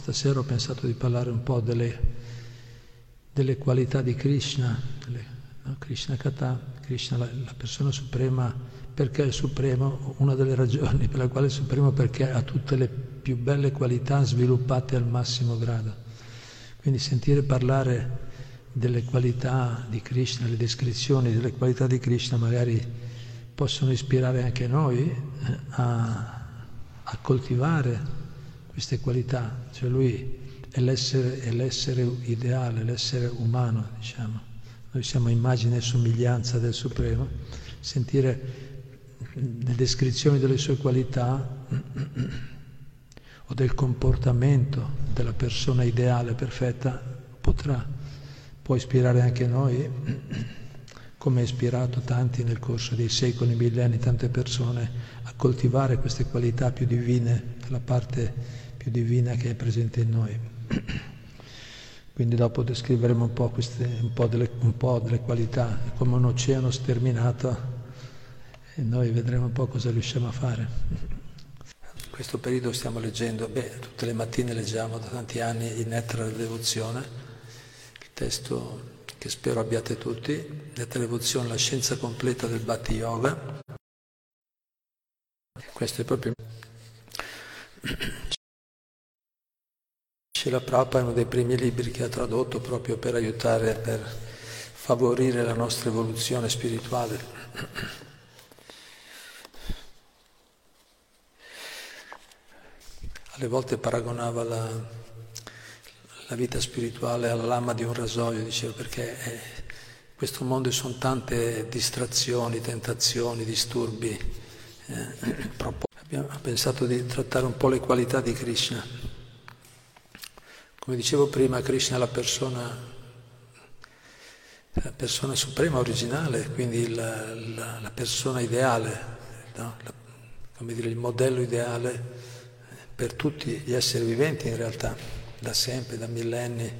Stasera ho pensato di parlare un po' delle qualità di Krishna, Krishna Kata, Krishna la persona suprema. Perché è il Supremo? Una delle ragioni per la quale è il Supremo, perché ha tutte le più belle qualità sviluppate al massimo grado. Quindi sentire parlare delle qualità di Krishna, le descrizioni delle qualità di Krishna magari possono ispirare anche noi a coltivare queste qualità. Cioè lui è l'essere ideale, l'essere umano, diciamo. Noi siamo immagine e somiglianza del Supremo. Sentire le descrizioni delle sue qualità o del comportamento della persona ideale, perfetta, può ispirare anche noi, come ha ispirato tanti nel corso dei secoli, millenni, tante persone a coltivare queste qualità più divine, la parte più divina che è presente in noi. Quindi dopo descriveremo un po' delle qualità, come un oceano sterminato, e noi vedremo un po' cosa riusciamo a fare. In questo periodo stiamo leggendo, tutte le mattine leggiamo da tanti anni il Nettare della Devozione, il testo che spero abbiate tutti, Nettare della Devozione, la scienza completa del Bhakti Yoga. Questo è proprio... Srila Prabhupada è uno dei primi libri che ha tradotto proprio per aiutare, per favorire la nostra evoluzione spirituale. Alle volte paragonava la vita spirituale alla lama di un rasoio, diceva, perché in questo mondo ci sono tante distrazioni, tentazioni, disturbi. Abbiamo pensato di trattare un po' le qualità di Krishna. Come dicevo prima, Krishna è la persona suprema, originale, quindi la persona ideale, no? Come dire, il modello ideale per tutti gli esseri viventi in realtà, da sempre, da millenni.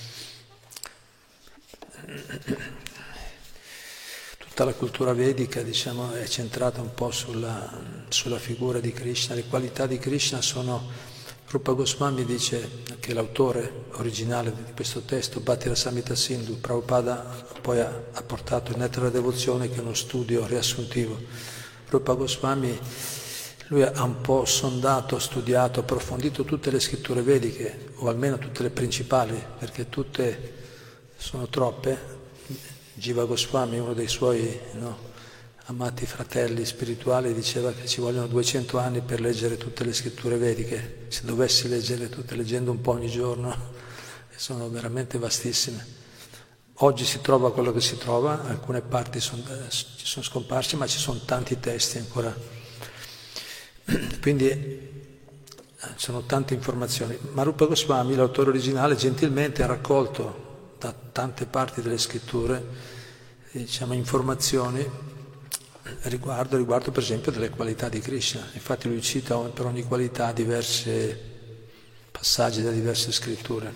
Tutta la cultura vedica, diciamo, è centrata un po' sulla figura di Krishna. Le qualità di Krishna sono... Rupa Goswami dice, che l'autore originale di questo testo, Bhakti Rasamrita Sindhu, Prabhupada poi ha portato il Nettare della Devozione, che è uno studio riassuntivo. Rupa Goswami, lui ha un po' sondato, studiato, approfondito tutte le scritture vediche, o almeno tutte le principali, perché tutte sono troppe. Jiva Goswami, uno dei suoi amati fratelli spirituali, diceva che ci vogliono 200 anni per leggere tutte le scritture vediche. Se dovessi leggerle tutte, leggendo un po' ogni giorno, sono veramente vastissime. Oggi si trova quello che si trova, alcune parti ci sono scomparse, ma ci sono tanti testi ancora. Quindi sono tante informazioni. Ma Rupa Goswami, l'autore originale, gentilmente ha raccolto da tante parti delle scritture, diciamo, informazioni riguardo per esempio delle qualità di Krishna. Infatti lui cita per ogni qualità diversi passaggi da diverse scritture.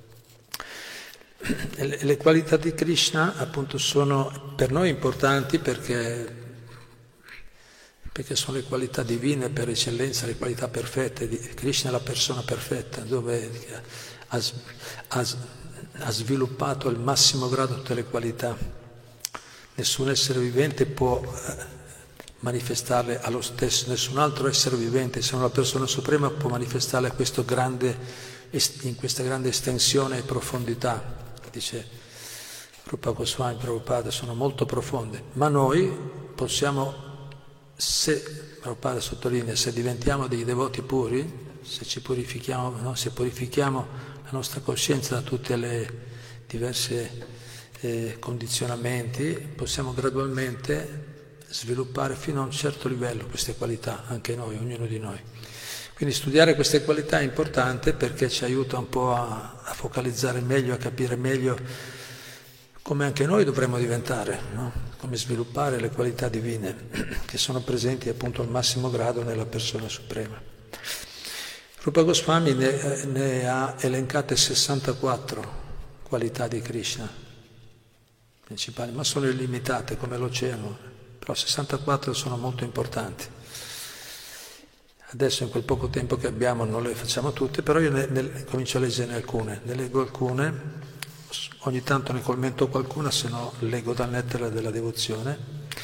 Le qualità di Krishna appunto sono per noi importanti perché sono le qualità divine per eccellenza, le qualità perfette. Krishna è la persona perfetta, dove ha sviluppato al massimo grado tutte le qualità. Nessun essere vivente può manifestarle allo stesso, nessun altro essere vivente, se non la persona suprema, può manifestarle in questa grande estensione e profondità. Dice Rupa Goswami, Prabhupada, sono molto profonde, ma noi possiamo, Prabhupada sottolinea, se diventiamo dei devoti puri, se ci purifichiamo, no? Se purifichiamo la nostra coscienza da tutte le diverse condizionamenti, possiamo gradualmente sviluppare fino a un certo livello queste qualità, anche noi, ognuno di noi. Quindi studiare queste qualità è importante perché ci aiuta un po' a focalizzare meglio, a capire meglio come anche noi dovremmo diventare, no? Come sviluppare le qualità divine che sono presenti appunto al massimo grado nella persona suprema. Rupa Goswami ne ha elencate 64 qualità di Krishna principali, ma sono illimitate come l'oceano, però 64 sono molto importanti. Adesso in quel poco tempo che abbiamo non le facciamo tutte, però io comincio a leggere alcune, ne leggo alcune, ogni tanto ne commento qualcuna, se no leggo dal Nettare della Devozione.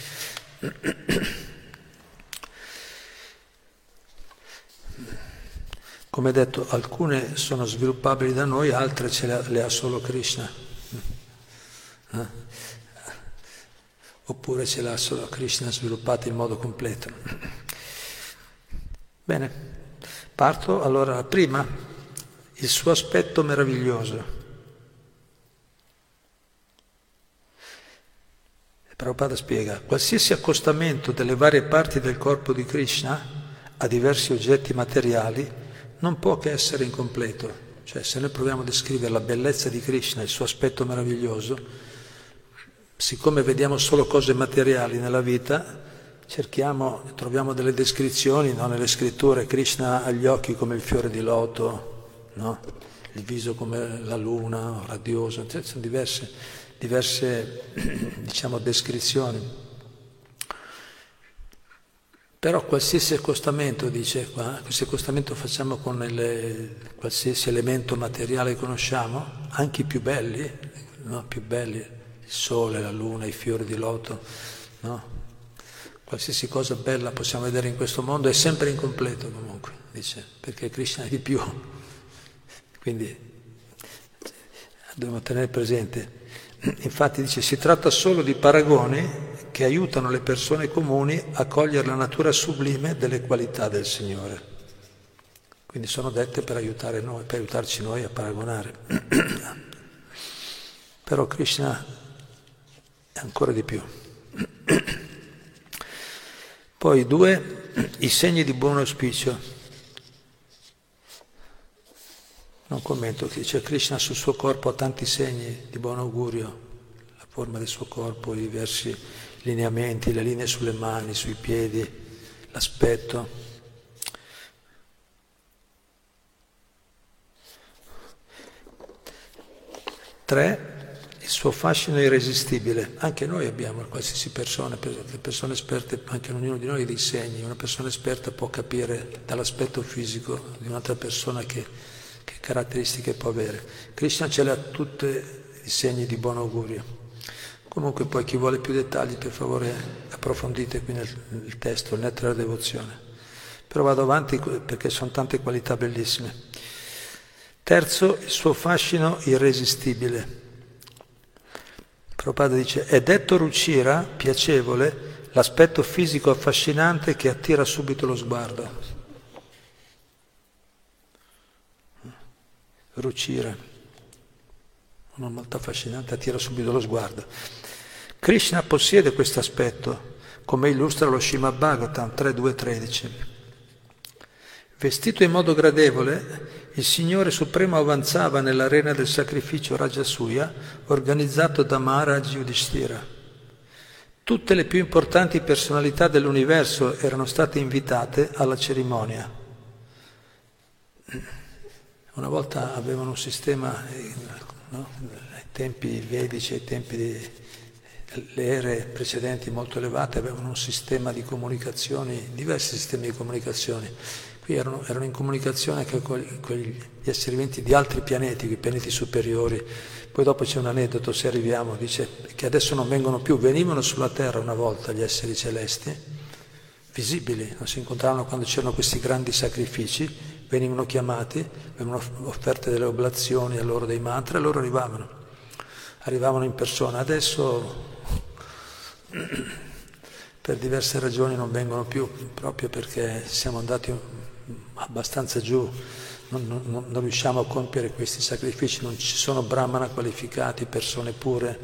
Come detto, alcune sono sviluppabili da noi, altre le ha solo Krishna. Oppure ce l'ha solo Krishna sviluppata in modo completo. Bene, parto. Allora, prima, il suo aspetto meraviglioso. Prabhupada spiega, qualsiasi accostamento delle varie parti del corpo di Krishna a diversi oggetti materiali non può che essere incompleto. Cioè, se noi proviamo a descrivere la bellezza di Krishna, il suo aspetto meraviglioso, siccome vediamo solo cose materiali nella vita, troviamo delle descrizioni, no? Nelle scritture. Krishna ha gli occhi come il fiore di loto, no? Il viso come la luna, radioso, cioè, sono diverse diciamo, descrizioni. Però qualsiasi accostamento, dice qua, qualsiasi accostamento facciamo con qualsiasi elemento materiale che conosciamo, anche i più belli, no? Più belli, il sole, la luna, i fiori di loto, no? Qualsiasi cosa bella possiamo vedere in questo mondo è sempre incompleto comunque, dice, perché Krishna è di più. Quindi dobbiamo tenere presente. Infatti dice, si tratta solo di paragoni che aiutano le persone comuni a cogliere la natura sublime delle qualità del Signore. Quindi sono dette per aiutarci noi a paragonare. Però Krishna è ancora di più. Poi 2, i segni di buon auspicio. Non commento, che dice Krishna sul suo corpo ha tanti segni di buon augurio, la forma del suo corpo, i diversi lineamenti, le linee sulle mani, sui piedi, l'aspetto. 3, il suo fascino irresistibile. Anche noi abbiamo, qualsiasi persona, le persone esperte, anche ognuno di noi, dei segni. Una persona esperta può capire dall'aspetto fisico di un'altra persona che caratteristiche può avere. Krishna ce l'ha tutte i segni di buon augurio. Comunque poi chi vuole più dettagli, per favore approfondite qui nel testo, il Nettare della Devozione. Però vado avanti perché sono tante qualità bellissime. 3, il suo fascino irresistibile. Prabhupada dice, è detto Rucira, piacevole, l'aspetto fisico affascinante che attira subito lo sguardo. Rucira, uno molto affascinante, attira subito lo sguardo. Krishna possiede questo aspetto, come illustra lo Srimad Bhagavatam 3.2.13. Vestito in modo gradevole, il Signore Supremo avanzava nell'arena del sacrificio Rajasuya organizzato da Maharaj Yudhishthira. Tutte le più importanti personalità dell'universo erano state invitate alla cerimonia. Una volta avevano un sistema, no? Ai tempi vedici, ai tempi delle ere precedenti molto elevate, avevano un sistema di comunicazioni, diversi sistemi di comunicazioni. Qui erano in comunicazione anche con gli esseri viventi di altri pianeti, i pianeti superiori. Poi dopo c'è un aneddoto, se arriviamo, dice che adesso non vengono più, venivano sulla Terra una volta gli esseri celesti, visibili, non si incontravano quando c'erano questi grandi sacrifici, venivano chiamati, venivano offerte delle oblazioni a loro, dei mantra, e loro arrivavano in persona. Adesso per diverse ragioni non vengono più, proprio perché siamo andati abbastanza giù, non riusciamo a compiere questi sacrifici, non ci sono brahmana qualificati, persone pure.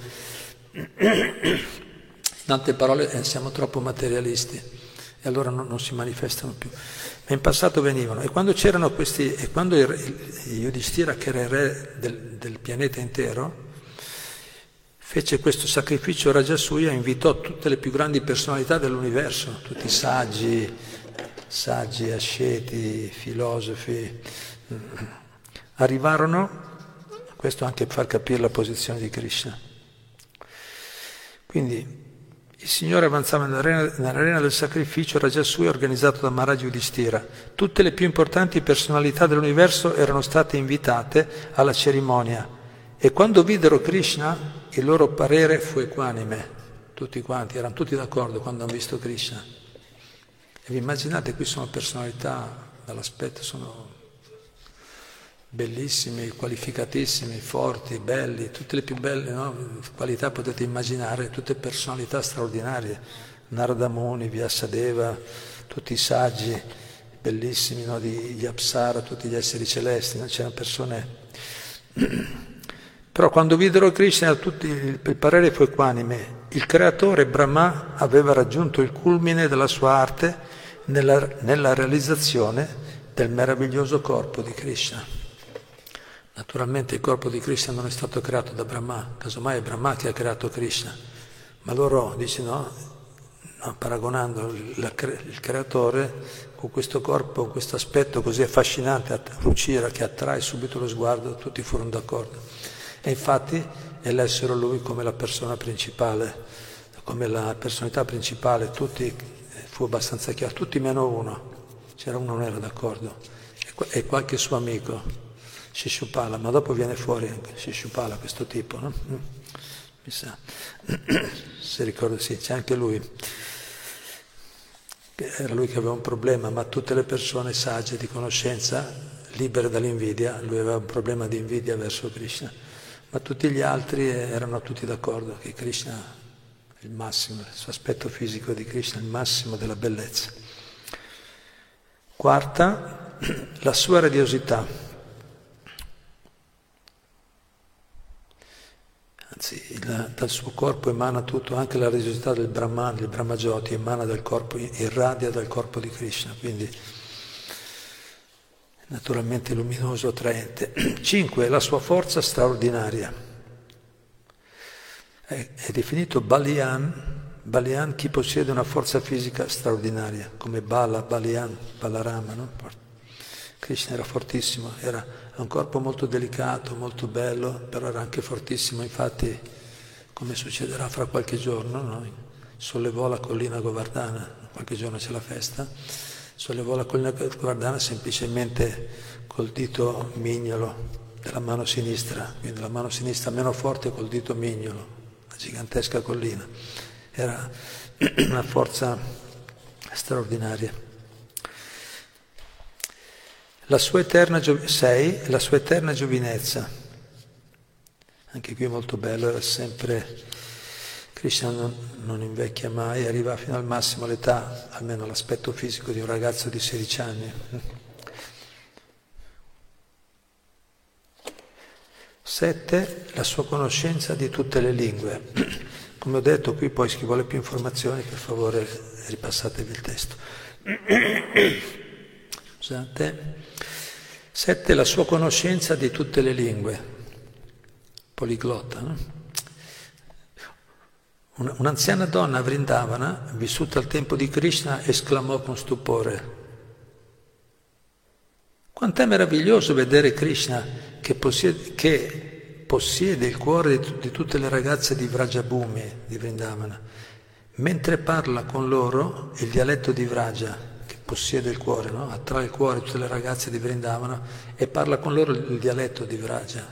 In altre parole, siamo troppo materialisti e allora non si manifestano più. Ma in passato venivano, e quando c'erano questi, e quando Yudhishthira, che era il re del pianeta intero, fece questo sacrificio Rajasuya, invitò tutte le più grandi personalità dell'universo, tutti i saggi, asceti, filosofi, arrivarono, questo anche per far capire la posizione di Krishna. Quindi Il Signore avanzava nell'arena del sacrificio, era già suo e organizzato da Maharaj Yudhishthira. Tutte le più importanti personalità dell'universo erano state invitate alla cerimonia e quando videro Krishna il loro parere fu equanime. Tutti quanti, erano tutti d'accordo quando hanno visto Krishna. E vi immaginate, qui sono personalità, dall'aspetto sono bellissimi, qualificatissimi, forti, belli, tutte le più belle, no? Qualità potete immaginare, tutte personalità straordinarie, Narada Muni, Vyasadeva, tutti i saggi bellissimi, no? Gli Apsara, tutti gli esseri celesti, no? C'erano persone. Però quando videro Krishna il parere fu equanime. Il creatore Brahma aveva raggiunto il culmine della sua arte nella realizzazione del meraviglioso corpo di Krishna. Naturalmente il corpo di Krishna non è stato creato da Brahma, casomai è Brahma che ha creato Krishna, ma loro dicono, paragonando il creatore con questo corpo, con questo aspetto così affascinante, Rucira, che attrae subito lo sguardo, tutti furono d'accordo. E infatti elessero lui come la persona principale, come la personalità principale, tutti, fu abbastanza chiaro, tutti meno uno, c'era uno che non era d'accordo, e qualche suo amico. Shishupala, ma dopo viene fuori anche Shishupala, questo tipo, no? Mi sa, se ricordo, sì, c'è anche lui, era lui che aveva un problema, ma tutte le persone sagge di conoscenza, libere dall'invidia, lui aveva un problema di invidia verso Krishna, ma tutti gli altri erano tutti d'accordo che Krishna è il massimo, il suo aspetto fisico di Krishna è il massimo della bellezza. Quarta, la sua radiosità. Anzi, dal suo corpo emana tutto, anche la radiosità del Brahman, il Brahmajoti emana dal corpo, irradia dal corpo di Krishna, quindi naturalmente luminoso, attraente. 5. La sua forza straordinaria. È definito Balian chi possiede una forza fisica straordinaria, come Balian, Balarama, no? Krishna era fortissimo, era un corpo molto delicato, molto bello, però era anche fortissimo, infatti, come succederà fra qualche giorno, no? Sollevò la collina Govardhana, qualche giorno c'è la festa, sollevò la collina Govardhana semplicemente col dito mignolo della mano sinistra, quindi la mano sinistra meno forte col dito mignolo, una gigantesca collina, era una forza straordinaria. La sua eterna giovinezza, anche qui molto bello, era sempre, Krishna non invecchia mai, arriva fino al massimo l'età, almeno l'aspetto fisico di un ragazzo di 16 anni. 7. La sua conoscenza di tutte le lingue. Come ho detto, qui poi chi vuole più informazioni, per favore ripassatevi il testo. Scusate. 7. La sua conoscenza di tutte le lingue, poliglotta, no? Un'anziana donna a Vrindavana, vissuta al tempo di Krishna, esclamò con stupore: quant'è meraviglioso vedere Krishna che possiede il cuore di tutte le ragazze di Vrajabhumi, di Vrindavana, mentre parla con loro il dialetto di Vraja, possiede il cuore, no? Attrae il cuore tutte le ragazze di Vrindavana e parla con loro il dialetto di Vraja,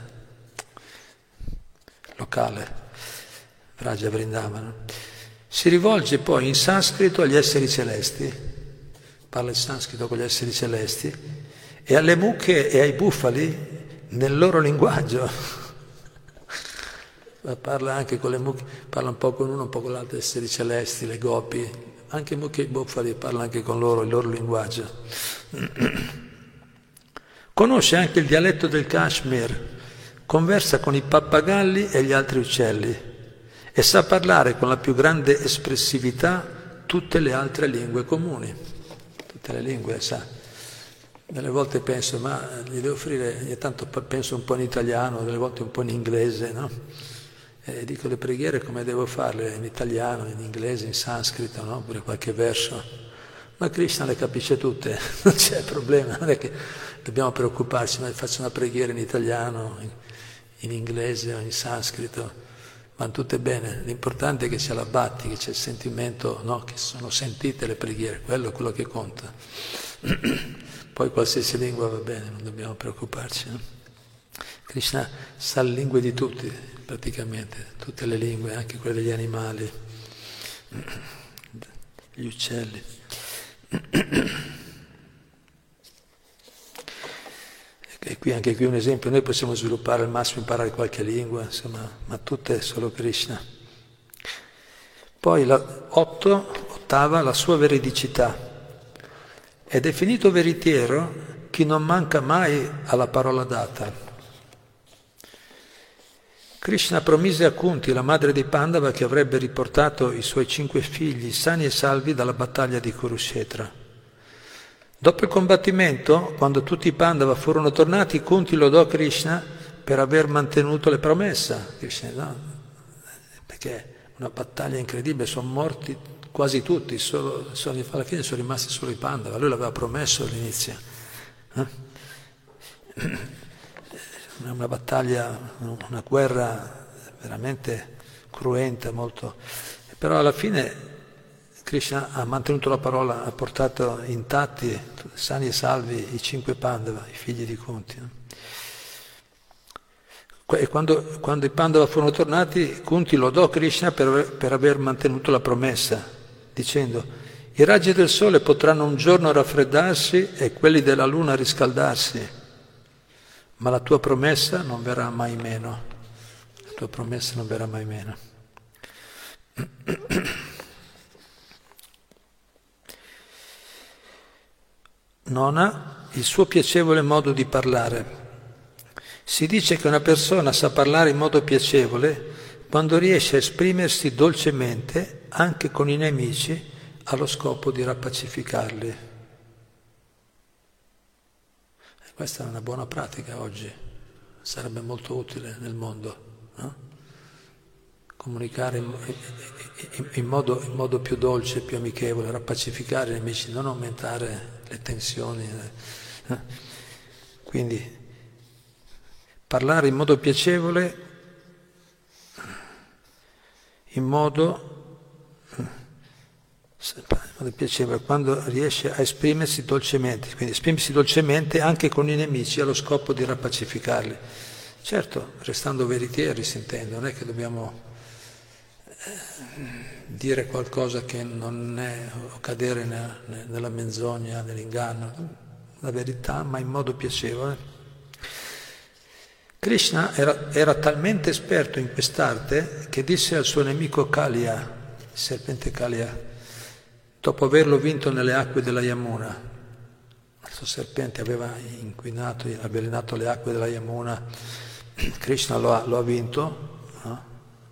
locale, Vraja Vrindavana. Si rivolge poi in sanscrito agli esseri celesti, parla il sanscrito con gli esseri celesti, e alle mucche e ai bufali nel loro linguaggio. Parla anche con le mucche, parla un po' con uno, un po' con l'altro, esseri celesti, le gopi, anche mucche e bufali, parla anche con loro il loro linguaggio. Conosce anche il dialetto del Kashmir, conversa con i pappagalli e gli altri uccelli e sa parlare con la più grande espressività tutte le altre lingue comuni. Tutte le lingue sa. Delle volte penso, ma gli devo offrire, ogni tanto penso un po' in italiano, delle volte un po' in inglese, no? E dico le preghiere come devo farle, in italiano, in inglese, in sanscrito, no? Oppure qualche verso. Ma Krishna le capisce tutte, non c'è problema, non è che dobbiamo preoccuparci, ma faccio una preghiera in italiano, in inglese o in sanscrito. vanno tutte bene, l'importante è che ce la batti, che c'è il sentimento, no? Che sono sentite le preghiere, quello è quello che conta. Poi qualsiasi lingua va bene, non dobbiamo preoccuparci. No? Krishna sa le lingue di tutti, praticamente, tutte le lingue, anche quelle degli animali, gli uccelli. E qui, anche qui un esempio, noi possiamo sviluppare al massimo, imparare qualche lingua, insomma, ma tutte è solo Krishna. Poi ottava, la sua veridicità. È definito veritiero chi non manca mai alla parola data. Krishna promise a Kunti, la madre di Pandava, che avrebbe riportato i suoi 5 figli sani e salvi dalla battaglia di Kurukshetra. Dopo il combattimento, quando tutti i Pandava furono tornati, Kunti lodò Krishna per aver mantenuto le promesse. Krishna, no? Perché è una battaglia incredibile, sono morti quasi tutti, alla fine sono rimasti solo i Pandava, lui l'aveva promesso all'inizio. Una battaglia, una guerra veramente cruenta, molto. Però alla fine Krishna ha mantenuto la parola, ha portato intatti, sani e salvi i 5 Pandava, i figli di Kunti. E quando i Pandava furono tornati, Kunti lodò Krishna per aver mantenuto la promessa, dicendo: i raggi del sole potranno un giorno raffreddarsi e quelli della luna riscaldarsi, ma la tua promessa non verrà mai meno. La tua promessa non verrà mai meno. Nona, il suo piacevole modo di parlare. Si dice che una persona sa parlare in modo piacevole quando riesce a esprimersi dolcemente anche con i nemici allo scopo di rappacificarli. E questa è una buona pratica oggi, sarebbe molto utile nel mondo, no? Comunicare in modo più dolce, più amichevole, rappacificare i nemici, non aumentare le tensioni. Quindi parlare in modo piacevole, in modo piacevole, quando riesce a esprimersi dolcemente, quindi esprimersi dolcemente anche con i nemici allo scopo di rappacificarli. Certo, restando veritieri si intende, non è che dobbiamo dire qualcosa che non è, o cadere nella menzogna, nell'inganno, la verità, ma in modo piacevole. Krishna era talmente esperto in quest'arte che disse al suo nemico Kalia, il serpente Kalia, dopo averlo vinto nelle acque della Yamuna. Questo serpente aveva inquinato, avvelenato le acque della Yamuna, Krishna lo ha vinto, no?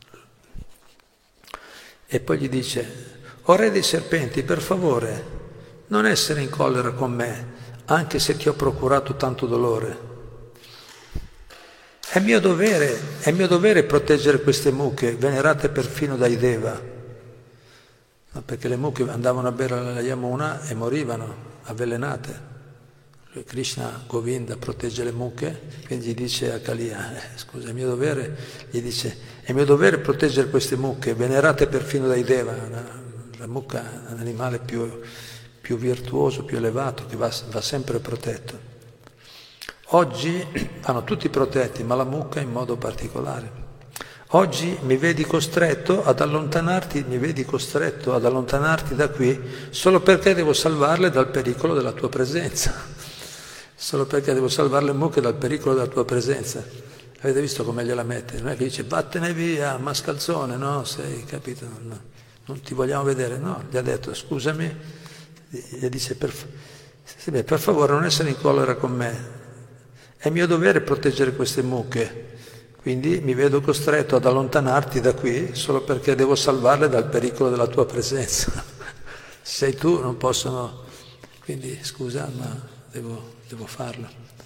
E poi gli dice: o re dei serpenti, per favore, non essere in collera con me, anche se ti ho procurato tanto dolore. È mio dovere proteggere queste mucche, venerate perfino dai Deva, no, perché le mucche andavano a bere la Yamuna e morivano, avvelenate. Krishna Govinda protegge le mucche, quindi gli dice a Kalia, scusa, è mio dovere, gli dice, è mio dovere proteggere queste mucche, venerate perfino dai Deva. La mucca è un animale più virtuoso, più elevato, che va sempre protetto. Oggi vanno tutti protetti, ma la mucca in modo particolare. Oggi mi vedi costretto ad allontanarti da qui solo perché devo salvarle dal pericolo della tua presenza. Solo perché devo salvare le mucche dal pericolo della tua presenza. Avete visto come gliela mette? Non è che dice vattene via, mascalzone, no? Sei, capito? No, non ti vogliamo vedere, no? Gli ha detto scusami, gli dice per favore non essere in collera con me. È mio dovere proteggere queste mucche, quindi mi vedo costretto ad allontanarti da qui solo perché devo salvarle dal pericolo della tua presenza. Sei tu, non possono, quindi scusa, ma devo farlo.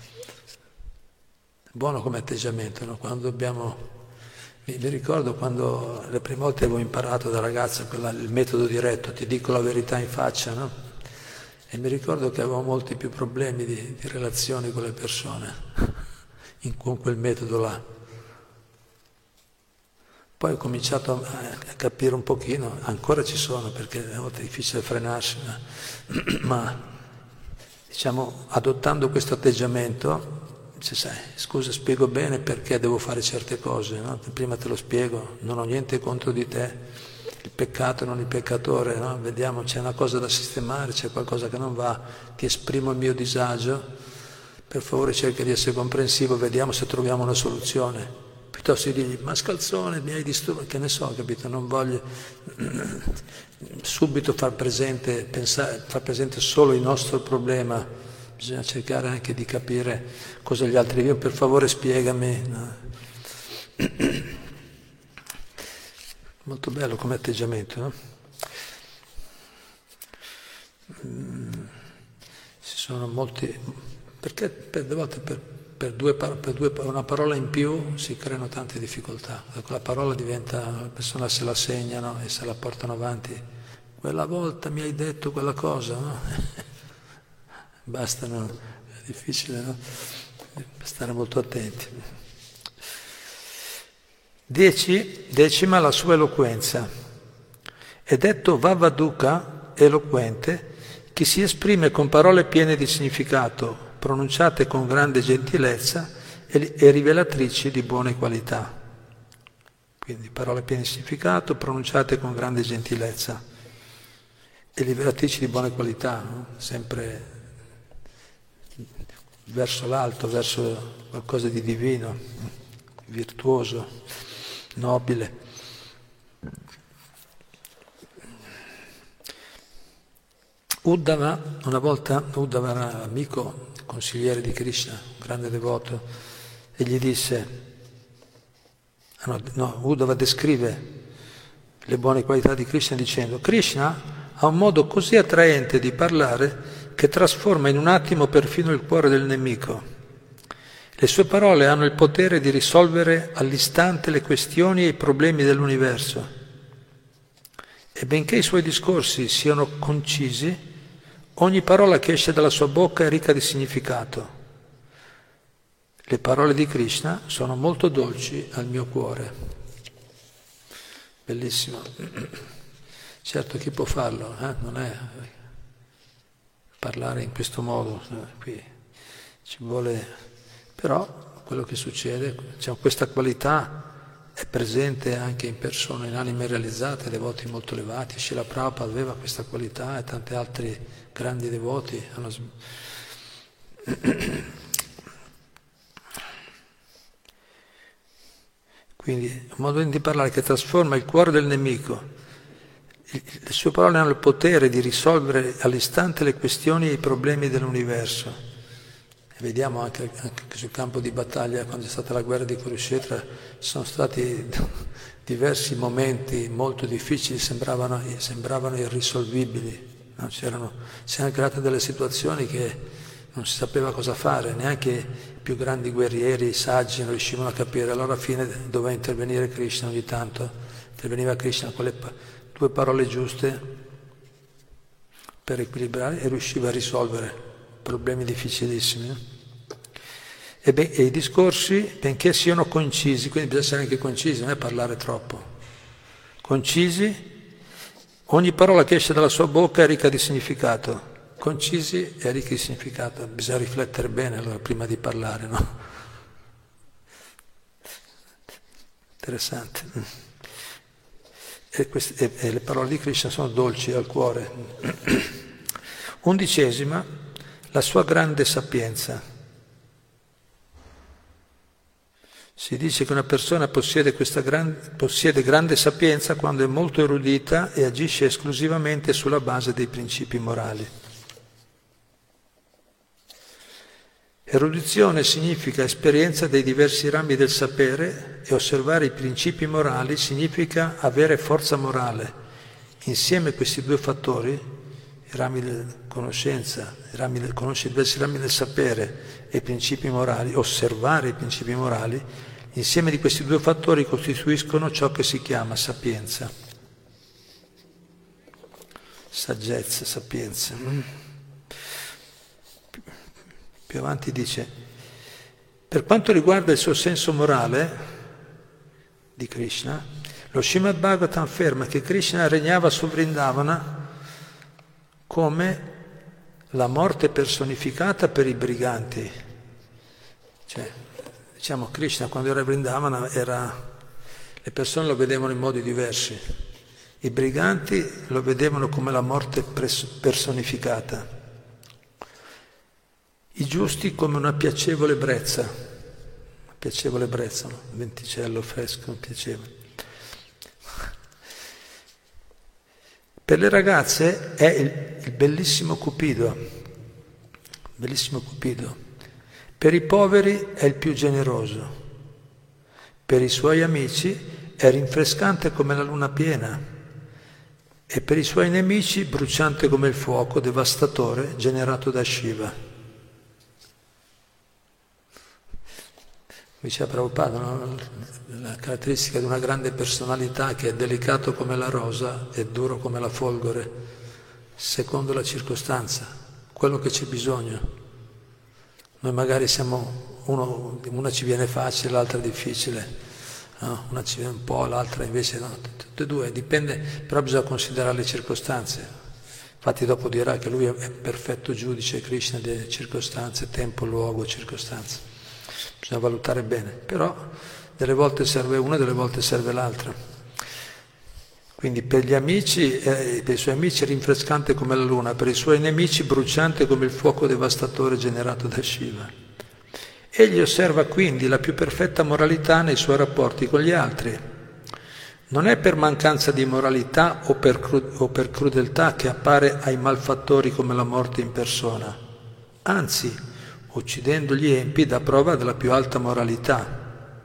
È buono come atteggiamento, no? Quando dobbiamo, mi ricordo quando le prime volte avevo imparato da ragazzo il metodo diretto, ti dico la verità in faccia, no? E mi ricordo che avevo molti più problemi di relazioni con le persone con quel metodo là. Poi ho cominciato a capire un pochino, ancora ci sono perché a volte è difficile frenarsi, ma diciamo adottando questo atteggiamento, sai, scusa, spiego bene perché devo fare certe cose, no? Prima te lo spiego, non ho niente contro di te, il peccato non il peccatore, no? Vediamo, c'è una cosa da sistemare, c'è qualcosa che non va, ti esprimo il mio disagio, per favore cerca di essere comprensivo, vediamo se troviamo una soluzione. Piuttosto di dirgli, ma scalzone, mi hai distrutto, che ne so, capito? Non voglio subito far presente solo il nostro problema, bisogna cercare anche di capire cosa gli altri dicono, per favore spiegami. No? Molto bello come atteggiamento, no? Ci sono molti, perché per delle volte per una parola in più si creano tante difficoltà. Quella parola diventa, la persona se la segnano e se la portano avanti. Quella volta mi hai detto quella cosa, no? Basta, no? È difficile, no? Stare molto attenti. 10. Decima la sua eloquenza. È detto Vavaduka, eloquente, chi si esprime con parole piene di significato, pronunciate con grande gentilezza e rivelatrici di buone qualità. Quindi parole piene di significato, pronunciate con grande gentilezza e rivelatrici di buone qualità, no? Sempre verso l'alto, verso qualcosa di divino, virtuoso, nobile. Uddhava, una volta, Uddhava era amico, consigliere di Krishna, grande devoto, e gli disse, Uddhava descrive le buone qualità di Krishna dicendo, Krishna ha un modo così attraente di parlare che trasforma in un attimo perfino il cuore del nemico. Le sue parole hanno il potere di risolvere all'istante le questioni e i problemi dell'universo. E benché i suoi discorsi siano concisi, ogni parola che esce dalla sua bocca è ricca di significato. Le parole di Krishna sono molto dolci al mio cuore. Bellissimo. Certo, chi può farlo? Non è parlare in questo modo. Qui ci vuole... Però quello che succede, diciamo, questa qualità è presente anche in persone, in anime realizzate, devoti molto elevati. Srila Prabhupada aveva questa qualità e tanti altri grandi devoti hanno... Quindi un modo di parlare che trasforma il cuore del nemico. Le sue parole hanno il potere di risolvere all'istante le questioni e i problemi dell'universo. E vediamo anche sul campo di battaglia, quando è stata la guerra di Kurukshetra, ci sono stati diversi momenti molto difficili, sembravano irrisolvibili. No? Si erano create delle situazioni che non si sapeva cosa fare, neanche i più grandi guerrieri, saggi, non riuscivano a capire. Allora alla fine doveva intervenire Krishna ogni tanto, interveniva Krishna con le due parole giuste per equilibrare e riusciva a risolvere problemi difficilissimi. E i discorsi, benché siano concisi, quindi bisogna essere anche concisi, non è parlare troppo, concisi, ogni parola che esce dalla sua bocca è ricca di significato. Concisi e ricchi di significato, bisogna riflettere bene allora prima di parlare, no? Interessante. E le parole di Krishna sono dolci al cuore. 11, la sua grande sapienza. Si dice che una persona possiede grande sapienza quando è molto erudita e agisce esclusivamente sulla base dei principi morali. Erudizione significa esperienza dei diversi rami del sapere e osservare i principi morali significa avere forza morale. Insieme questi due fattori, i rami della conoscenza, conoscere i diversi rami del sapere e i principi morali, osservare i principi morali, insieme di questi due fattori costituiscono ciò che si chiama sapienza. Saggezza, sapienza. Più avanti dice, per quanto riguarda il suo senso morale di Krishna, Lo Srimad Bhagavatam afferma che Krishna regnava su Vrindavana come la morte personificata per i briganti. Cioè, diciamo, Krishna quando era a Vrindavana le persone lo vedevano in modi diversi. I briganti lo vedevano come la morte personificata. I giusti come una piacevole brezza, no? Un venticello fresco, piacevole. Per le ragazze è il bellissimo Cupido, per i poveri è il più generoso, per i suoi amici è rinfrescante come la luna piena e per i suoi nemici bruciante come il fuoco devastatore generato da Shiva. Diceva Prabhupada, no? La caratteristica di una grande personalità che è delicato come la rosa e duro come la folgore, secondo la circostanza, quello che c'è bisogno. Noi magari siamo, una ci viene facile, l'altra difficile, no? Una ci viene un po', l'altra invece no, tutte e due, dipende, però bisogna considerare le circostanze. Infatti dopo dirà che lui è perfetto giudice, Krishna, delle circostanze, tempo, luogo, circostanze. Bisogna valutare bene, però delle volte serve una, delle volte serve l'altra. Quindi per gli amici, per i suoi amici è rinfrescante come la luna, per i suoi nemici bruciante come il fuoco devastatore generato da Shiva. Egli osserva quindi la più perfetta moralità nei suoi rapporti con gli altri. Non è per mancanza di moralità o per crudeltà che appare ai malfattori come la morte in persona. Anzi, uccidendo gli empi dà prova della più alta moralità.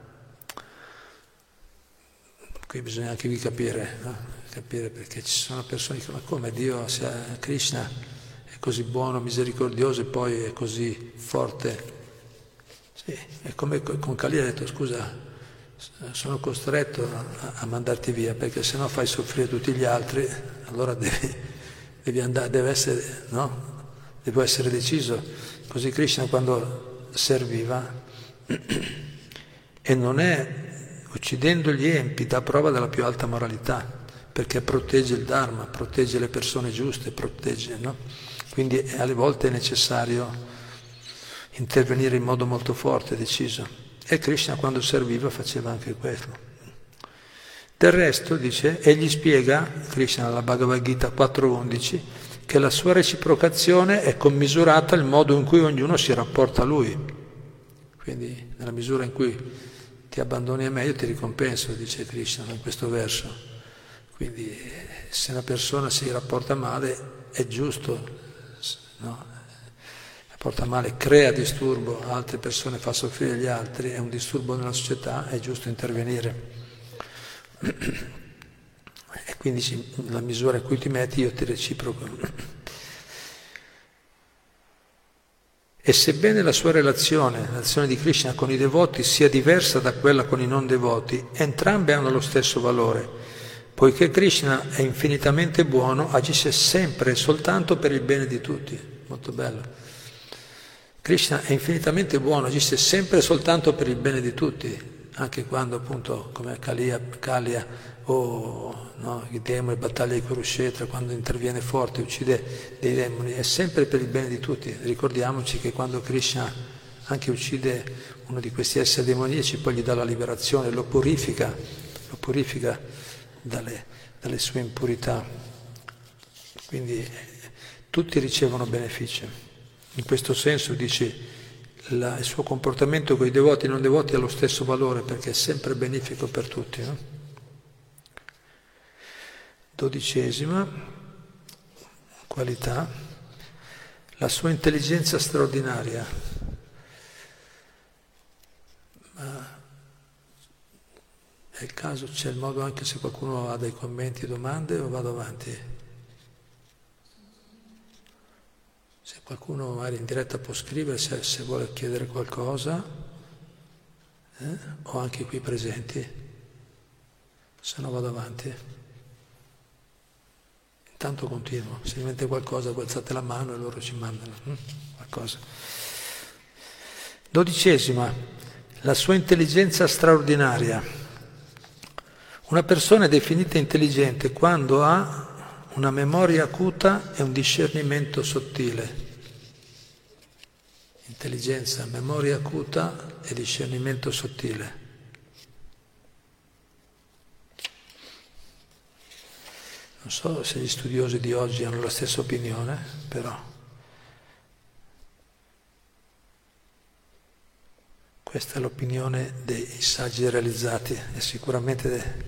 Qui bisogna anche qui capire, no? Capire perché ci sono persone che dicono: ma come Dio, Krishna è così buono, misericordioso e poi è così forte? Sì, è come con Kali ha detto: scusa, sono costretto a mandarti via perché sennò fai soffrire tutti gli altri, allora devi andare, deve essere, no? Devo essere deciso. Così Krishna quando serviva e non è uccidendo gli empi dà prova della più alta moralità, perché protegge il Dharma, protegge le persone giuste, protegge, no? Quindi alle volte è necessario intervenire in modo molto forte, deciso. E Krishna quando serviva faceva anche questo. Del resto, dice, egli spiega, Krishna alla Bhagavad Gita 4.11, che la sua reciprocazione è commisurata al modo in cui ognuno si rapporta a lui. Quindi nella misura in cui ti abbandoni a me io ti ricompenso, dice Krishna in questo verso. Quindi se una persona si rapporta male è giusto, no? Rapporta male, crea disturbo, altre persone fa soffrire gli altri, è un disturbo nella società, è giusto intervenire. E quindi la misura in cui ti metti io ti reciproco. E sebbene la sua relazione di Krishna con i devoti sia diversa da quella con i non devoti, entrambe hanno lo stesso valore, poiché Krishna è infinitamente buono, agisce sempre e soltanto per il bene di tutti. Molto bello. Krishna è infinitamente buono, agisce sempre e soltanto per il bene di tutti, anche quando appunto come Kalia o no, i demoni, battaglia di Kurukshetra, quando interviene forte, uccide dei demoni, è sempre per il bene di tutti. Ricordiamoci che quando Krishna anche uccide uno di questi esseri demoniaci, poi gli dà la liberazione, lo purifica dalle sue impurità. Quindi tutti ricevono beneficio. In questo senso dice il suo comportamento con i devoti e non devoti ha lo stesso valore perché è sempre benefico per tutti, no? 12ª qualità, la sua intelligenza straordinaria. Ma è il caso, c'è il modo anche se qualcuno ha dei commenti, domande o vado avanti? Se qualcuno magari in diretta può scrivere se vuole chiedere qualcosa, o anche qui presenti, se no vado avanti. Intanto continuo, se mi mette qualcosa voi alzate la mano e loro ci mandano qualcosa. 12ª, la sua intelligenza straordinaria. Una persona è definita intelligente quando ha una memoria acuta e un discernimento sottile. Intelligenza, memoria acuta e discernimento sottile. Non so se gli studiosi di oggi hanno la stessa opinione, però questa è l'opinione dei saggi realizzati e sicuramente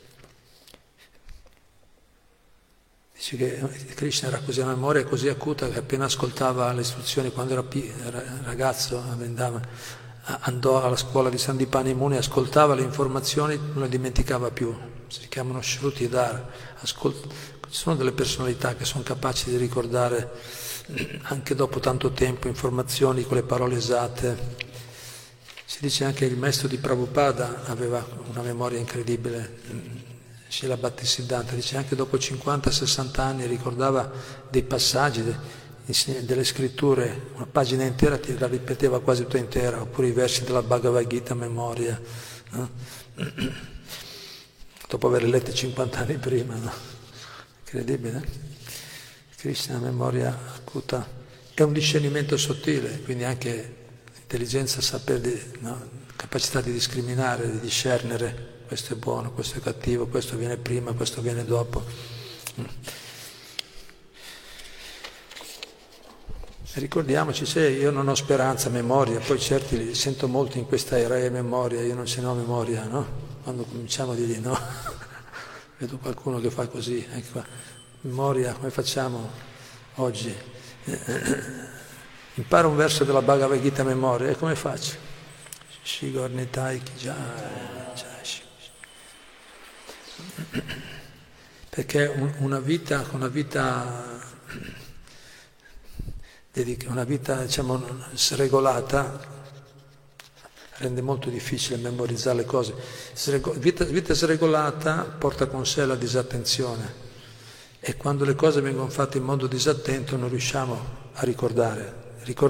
dice che Krishna era così a memoria, così acuta che appena ascoltava le istruzioni quando era ragazzo andò alla scuola di Sandipani Muni, ascoltava le informazioni, non le dimenticava più. Si chiamano Shruti Dhar. Ci sono delle personalità che sono capaci di ricordare anche dopo tanto tempo informazioni con le parole esatte. Si dice anche che il maestro di Prabhupada aveva una memoria incredibile, Srila Bhaktisiddhanta, dice anche dopo 50-60 anni ricordava dei passaggi delle scritture, una pagina intera la ripeteva quasi tutta intera, oppure i versi della Bhagavad Gita a memoria, no? Dopo averli letti 50 anni prima, no? Incredibile. Krishna, memoria acuta, è un discernimento sottile, quindi anche intelligenza, capacità di discriminare, di discernere, questo è buono, questo è cattivo, questo viene prima, questo viene dopo. Ricordiamoci, io non ho speranza, memoria, poi certi sento molto in questa era memoria, io non ce n'ho memoria, no? Quando cominciamo a dirgli no, vedo qualcuno che fa così, ecco qua, memoria, come facciamo oggi? Imparo un verso della Bhagavad Gita a memoria, e come faccio? Shigornitai perché una vita diciamo sregolata rende molto difficile memorizzare le cose. Vita sregolata porta con sé la disattenzione e quando le cose vengono fatte in modo disattento non riusciamo a ricordare.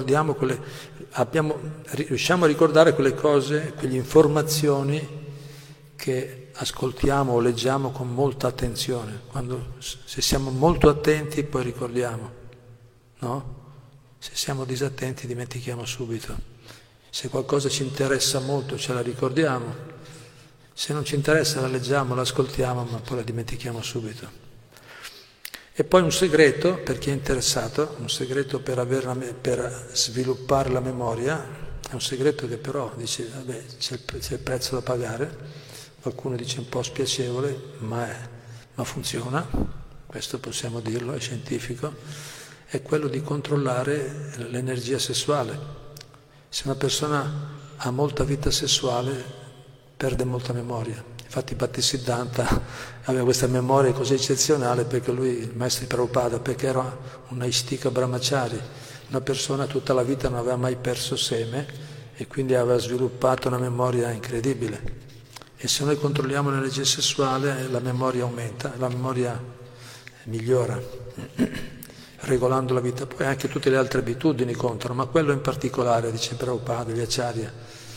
Riusciamo a ricordare quelle cose, quelle informazioni che ascoltiamo o leggiamo con molta attenzione. Se siamo molto attenti poi ricordiamo, no? Se siamo disattenti dimentichiamo subito. Se qualcosa ci interessa molto ce la ricordiamo, se non ci interessa la leggiamo, la ascoltiamo, ma poi la dimentichiamo subito. E poi un segreto, per chi è interessato, un segreto per sviluppare la memoria, è un segreto che però dice, vabbè, c'è il prezzo da pagare, qualcuno dice un po' spiacevole, ma funziona, questo possiamo dirlo, è scientifico, è quello di controllare l'energia sessuale. Se una persona ha molta vita sessuale, perde molta memoria. Infatti Bhaktisiddhanta aveva questa memoria così eccezionale perché lui, il maestro di Prabhupada, perché era un Naistika Brahmachari, una persona tutta la vita non aveva mai perso seme e quindi aveva sviluppato una memoria incredibile. E se noi controlliamo l'energia sessuale, la memoria aumenta, la memoria migliora, regolando la vita. Poi anche tutte le altre abitudini contano, ma quello in particolare, dice Prabhupada, gli acharya,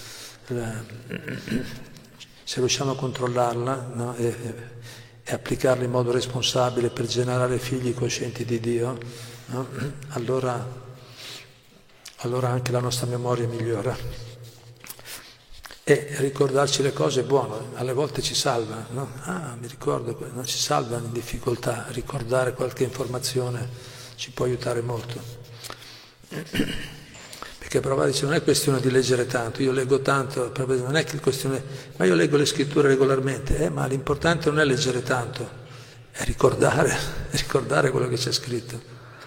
se riusciamo a controllarla, no, e applicarla in modo responsabile per generare figli coscienti di Dio, no, allora anche la nostra memoria migliora. E ricordarci le cose è buono, alle volte ci salva, no? Mi ricordo, non ci salva in difficoltà, ricordare qualche informazione ci può aiutare molto. Perché Prabhupada dice non è questione di leggere tanto, io leggo tanto, non è che è questione, ma io leggo le scritture regolarmente, ma l'importante non è leggere tanto, è ricordare quello che c'è scritto.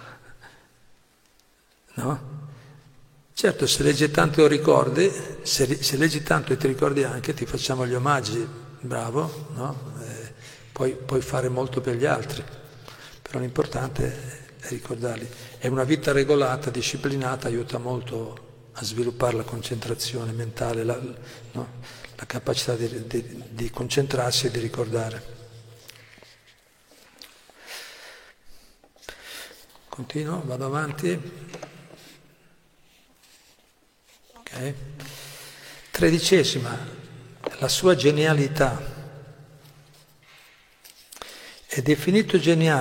No? Certo, se leggi tanto lo ricordi, se leggi tanto e ti ricordi anche, ti facciamo gli omaggi, bravo, no? Puoi fare molto per gli altri, però l'importante è ricordarli. E una vita regolata, disciplinata, aiuta molto a sviluppare la concentrazione mentale, la capacità di concentrarsi e di ricordare. Continuo, vado avanti. Okay. 13, la sua genialità. È definito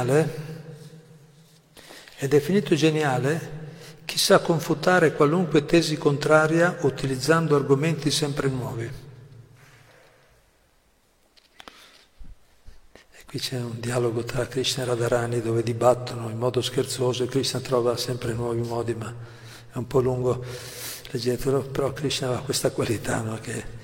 geniale chi sa confutare qualunque tesi contraria utilizzando argomenti sempre nuovi. E qui c'è un dialogo tra Krishna e Radharani dove dibattono in modo scherzoso e Krishna trova sempre nuovi modi, ma è un po' lungo leggerlo, però Krishna ha questa qualità, no? Che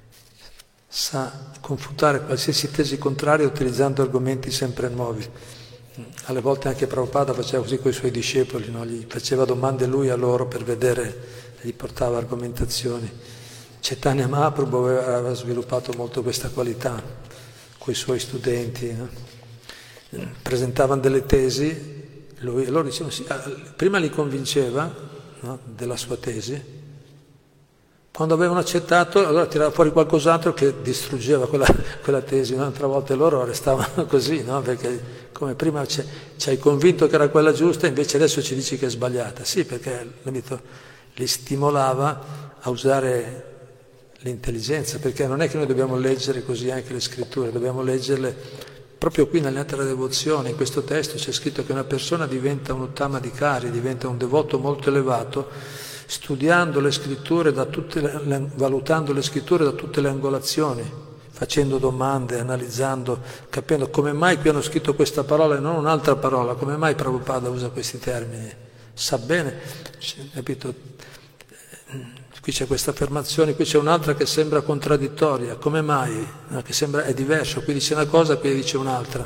sa confutare qualsiasi tesi contraria utilizzando argomenti sempre nuovi. Alle volte anche Prabhupada faceva così con i suoi discepoli, no? Gli faceva domande lui a loro per vedere, gli portava argomentazioni. Chaitanya Mahaprabhu aveva sviluppato molto questa qualità con i suoi studenti, no? Presentavano delle tesi, loro dicevano sì, prima li convinceva, no? Della sua tesi. Quando avevano accettato, allora tirava fuori qualcos'altro che distruggeva quella tesi. Un'altra volta loro restavano così, no? Perché come prima ci hai convinto che era quella giusta, invece adesso ci dici che è sbagliata. Sì, perché li stimolava a usare l'intelligenza, perché non è che noi dobbiamo leggere così anche le scritture, dobbiamo leggerle proprio qui nell'altra devozione. In questo testo c'è scritto che una persona diventa un uttama dikari, diventa un devoto molto elevato, studiando le scritture valutando le scritture da tutte le angolazioni, facendo domande, analizzando, capendo come mai qui hanno scritto questa parola e non un'altra parola, come mai Prabhupada usa questi termini. Sa bene, capito? Qui c'è questa affermazione, qui c'è un'altra che sembra contraddittoria, come mai? No, che sembra è diverso, qui dice una cosa, qui dice un'altra.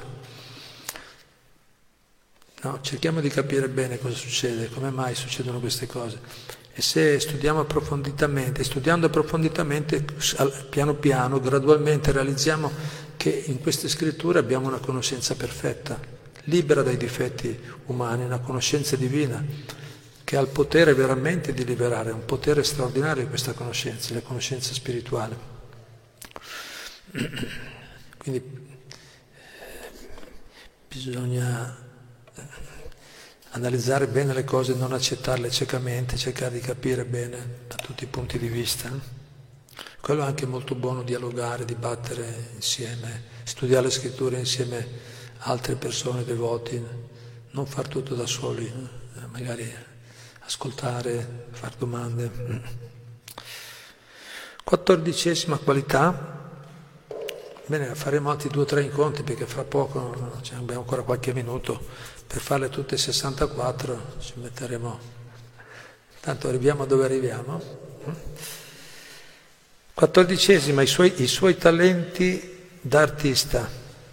No, cerchiamo di capire bene cosa succede, come mai succedono queste cose. E se studiando approfonditamente, piano piano, gradualmente realizziamo che in queste scritture abbiamo una conoscenza perfetta, libera dai difetti umani, una conoscenza divina, che ha il potere veramente di liberare, un potere straordinario questa conoscenza, la conoscenza spirituale. Quindi bisogna analizzare bene le cose, non accettarle ciecamente, cercare di capire bene da tutti i punti di vista. Quello è anche molto buono, dialogare, dibattere insieme, studiare le scritture insieme a altre persone devoti, non far tutto da soli, magari ascoltare, far domande. 14ª qualità. Bene, faremo altri 2 o 3 incontri perché fra poco abbiamo ancora qualche minuto. Per farle tutte 64 ci metteremo, tanto arriviamo dove arriviamo. 14ª, i suoi talenti da artista.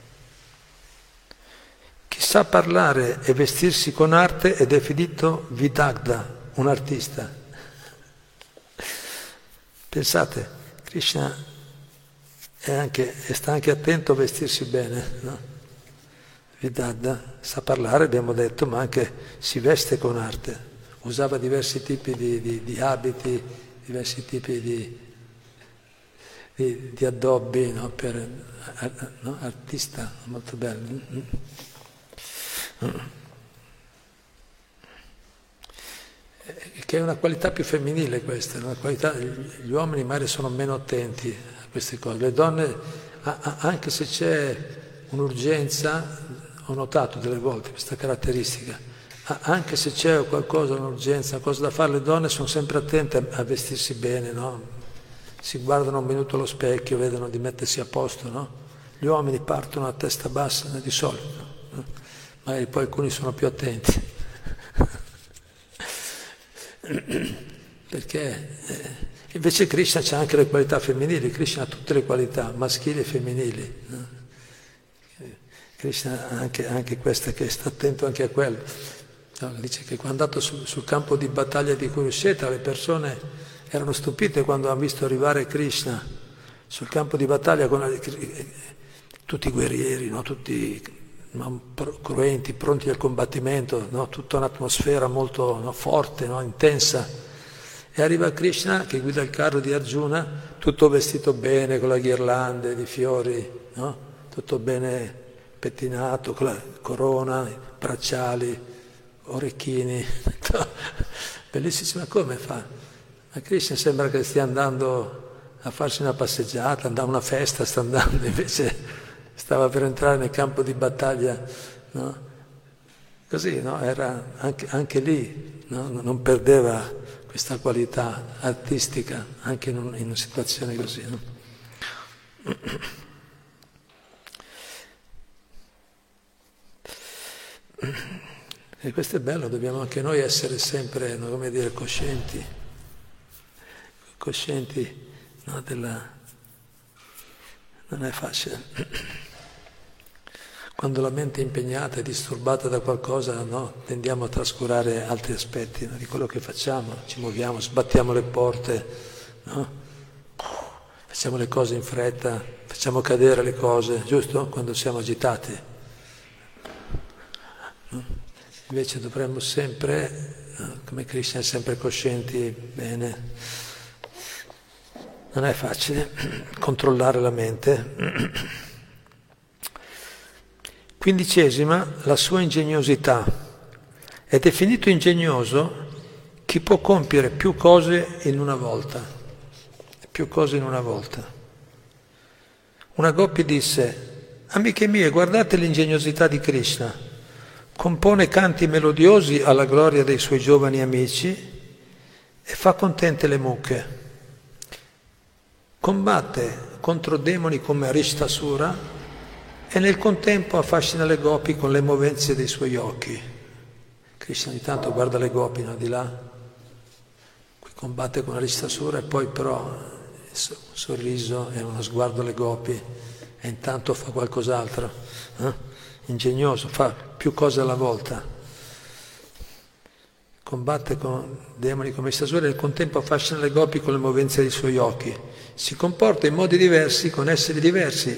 Chi sa parlare e vestirsi con arte è definito vidagda, un artista. Pensate, Krishna sta anche attento a vestirsi bene, no? Vidagda, sa parlare, abbiamo detto, ma anche si veste con arte. Usava diversi tipi di abiti, diversi tipi di addobbi, no? No? Artista, molto bello. Che è una qualità più femminile questa, una qualità, gli uomini magari sono meno attenti a queste cose. Le donne, anche se c'è un'urgenza, ho notato delle volte questa caratteristica, anche se c'è qualcosa, un'urgenza, una cosa da fare, le donne sono sempre attente a vestirsi bene, no? Si guardano un minuto allo specchio, vedono di mettersi a posto, no? Gli uomini partono a testa bassa, di solito, no? Magari poi alcuni sono più attenti. Perché invece Krishna c'ha anche le qualità femminili, Krishna ha tutte le qualità, maschili e femminili, no? Krishna ha anche questa, che sta attento anche a quello. No, dice che quando è andato sul campo di battaglia di Kurukshetra le persone erano stupite quando hanno visto arrivare Krishna sul campo di battaglia con tutti i guerrieri, no? Tutti cruenti, pronti al combattimento, no? Tutta un'atmosfera molto, no? Forte, no? Intensa. E arriva Krishna che guida il carro di Arjuna, tutto vestito bene, con le ghirlande di fiori, no? Tutto bene pettinato, con la corona, bracciali, orecchini, bellissima. Come fa? Ma Krishna sembra che stia andando a farsi una passeggiata, andare a una festa, sta andando, invece stava per entrare nel campo di battaglia, no? Così, no? Era anche lì, no? Non perdeva questa qualità artistica anche in una situazione così, no? E questo è bello, dobbiamo anche noi essere sempre, no, come dire, coscienti, no, non è facile. Quando la mente è impegnata e disturbata da qualcosa, no, tendiamo a trascurare altri aspetti, no, di quello che facciamo, ci muoviamo, sbattiamo le porte, no? Facciamo le cose in fretta, facciamo cadere le cose, giusto? Quando siamo agitati. No? Invece dovremmo sempre, come Krishna, essere sempre coscienti, bene. Non è facile controllare la mente. 15, la sua ingegnosità. È definito ingegnoso chi può compiere più cose in una volta. Più cose in una volta. Una Gopi disse: amiche mie, guardate l'ingegnosità di Krishna. Compone canti melodiosi alla gloria dei suoi giovani amici e fa contente le mucche. Combatte contro demoni come Arishtasura e nel contempo affascina le gopi con le movenze dei suoi occhi. Krishna ogni tanto guarda le gopi, no, di là, qui combatte con Arishtasura e poi però un sorriso e uno sguardo alle gopi e intanto fa qualcos'altro. Ingegnoso, fa più cose alla volta. Combatte con demoni come Arishtasura e nel contempo affascina le gopi con le movenze dei suoi occhi. Si comporta in modi diversi, con esseri diversi,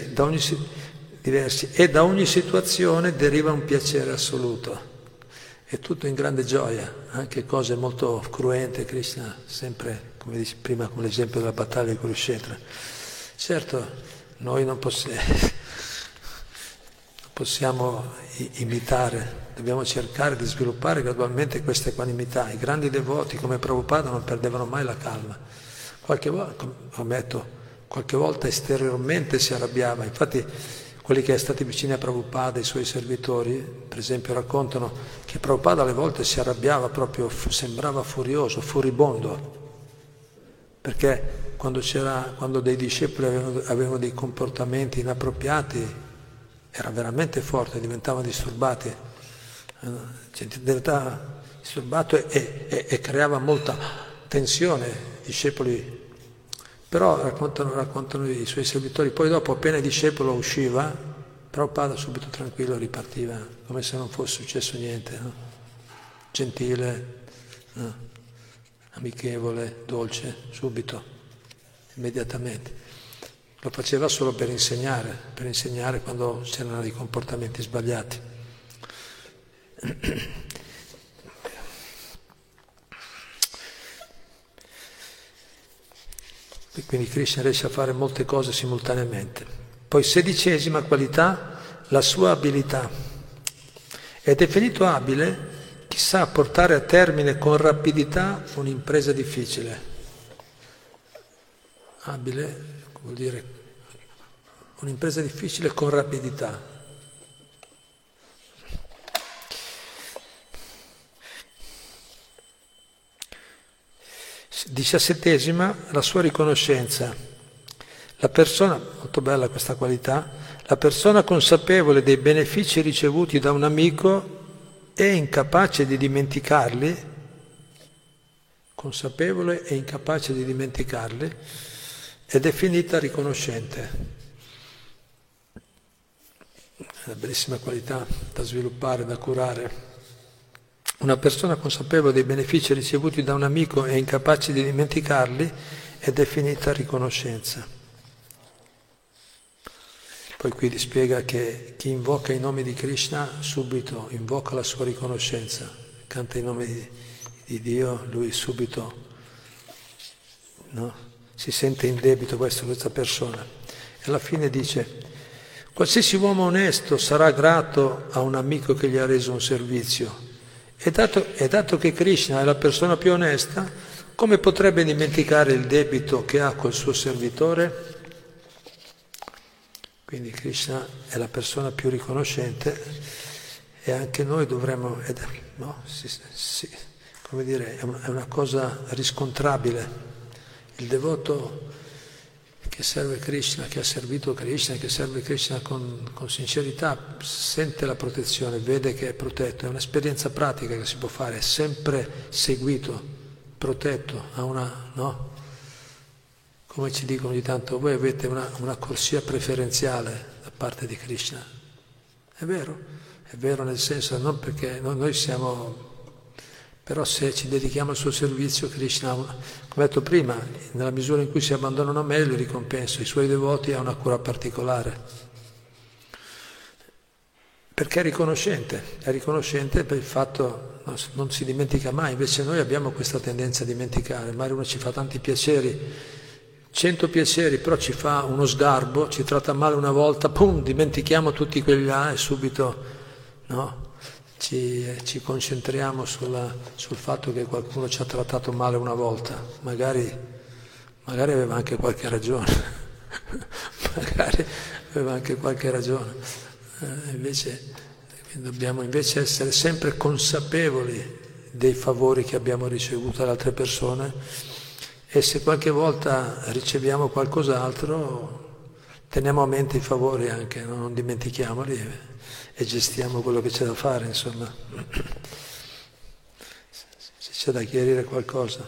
e da ogni situazione deriva un piacere assoluto. È tutto in grande gioia, anche cose molto cruente, Krishna, sempre, come dici prima, con l'esempio della battaglia di Kurukshetra. Certo, noi non possiamo imitare, dobbiamo cercare di sviluppare gradualmente questa equanimità. I grandi devoti come Prabhupada non perdevano mai la calma. Qualche volta esteriormente si arrabbiava, infatti quelli che sono stati vicini a Prabhupada, i suoi servitori, per esempio raccontano che Prabhupada alle volte si arrabbiava proprio, sembrava furioso, furibondo, perché quando dei discepoli avevano dei comportamenti inappropriati era veramente forte, diventavano disturbati, diventava disturbato e creava molta tensione, i discepoli. Però raccontano i suoi servitori, poi dopo appena il discepolo usciva, Prabhupada subito tranquillo ripartiva, come se non fosse successo niente, no? Gentile, no? Amichevole, dolce, subito, immediatamente. Lo faceva solo per insegnare quando c'erano dei comportamenti sbagliati. E quindi Krishna riesce a fare molte cose simultaneamente. Poi 16 qualità, la sua abilità. È definito abile chi sa portare a termine con rapidità un'impresa difficile. Abile vuol dire un'impresa difficile con rapidità. Diciassettesima, la sua riconoscenza. La persona, molto bella questa qualità, la persona consapevole dei benefici ricevuti da un amico è incapace di dimenticarli, consapevole e incapace di dimenticarli, è definita riconoscente. È una bellissima qualità da sviluppare, da curare. Una persona consapevole dei benefici ricevuti da un amico e incapace di dimenticarli è definita riconoscenza. Poi qui spiega che chi invoca i nomi di Krishna subito invoca la sua riconoscenza, canta i nomi di Dio, lui subito, no? Si sente in debito verso questa persona. E alla fine dice: qualsiasi uomo onesto sarà grato a un amico che gli ha reso un servizio. E dato che Krishna è la persona più onesta, come potrebbe dimenticare il debito che ha col suo servitore? Quindi Krishna è la persona più riconoscente e anche noi dovremmo, come dire, è una cosa riscontrabile. Il devoto che serve Krishna, che ha servito Krishna, che serve Krishna con sincerità, sente la protezione, vede che è protetto, è un'esperienza pratica che si può fare, è sempre seguito, protetto, ha no? Come ci dicono ogni tanto, voi avete una corsia preferenziale da parte di Krishna. È vero nel senso, non perché noi siamo... Però se ci dedichiamo al suo servizio, Krishna, come ho detto prima, nella misura in cui si abbandonano a me, li ricompenso. I suoi devoti hanno una cura particolare. Perché è riconoscente per il fatto, non si dimentica mai, invece noi abbiamo questa tendenza a dimenticare. Magari uno ci fa tanti piaceri, 100 piaceri, però ci fa uno sgarbo, ci tratta male una volta, pum, dimentichiamo tutti quelli là e subito, no? Ci concentriamo sul fatto che qualcuno ci ha trattato male una volta, magari aveva anche qualche ragione, invece dobbiamo invece essere sempre consapevoli dei favori che abbiamo ricevuto dalle altre persone e se qualche volta riceviamo qualcos'altro teniamo a mente i favori anche, non dimentichiamoli. E gestiamo quello che c'è da fare, insomma. Se c'è da chiarire qualcosa.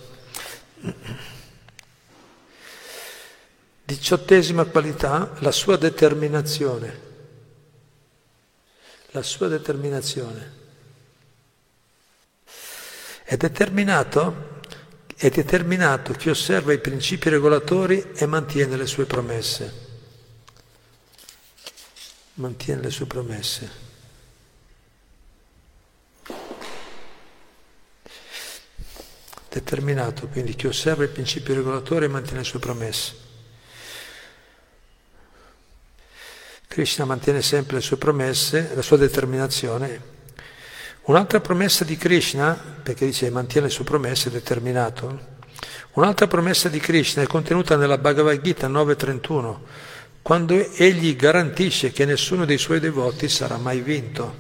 18ª qualità, la sua determinazione. La sua determinazione. È determinato chi osserva i principi regolatori e mantiene le sue promesse. Mantiene le sue promesse. Determinato, quindi chi osserva i principi regolatori e mantiene le sue promesse. Krishna mantiene sempre le sue promesse, la sua determinazione. Un'altra promessa di Krishna, perché dice mantiene le sue promesse, è determinato. Un'altra promessa di Krishna è contenuta nella Bhagavad Gita 9.31. Quando egli garantisce che nessuno dei suoi devoti sarà mai vinto.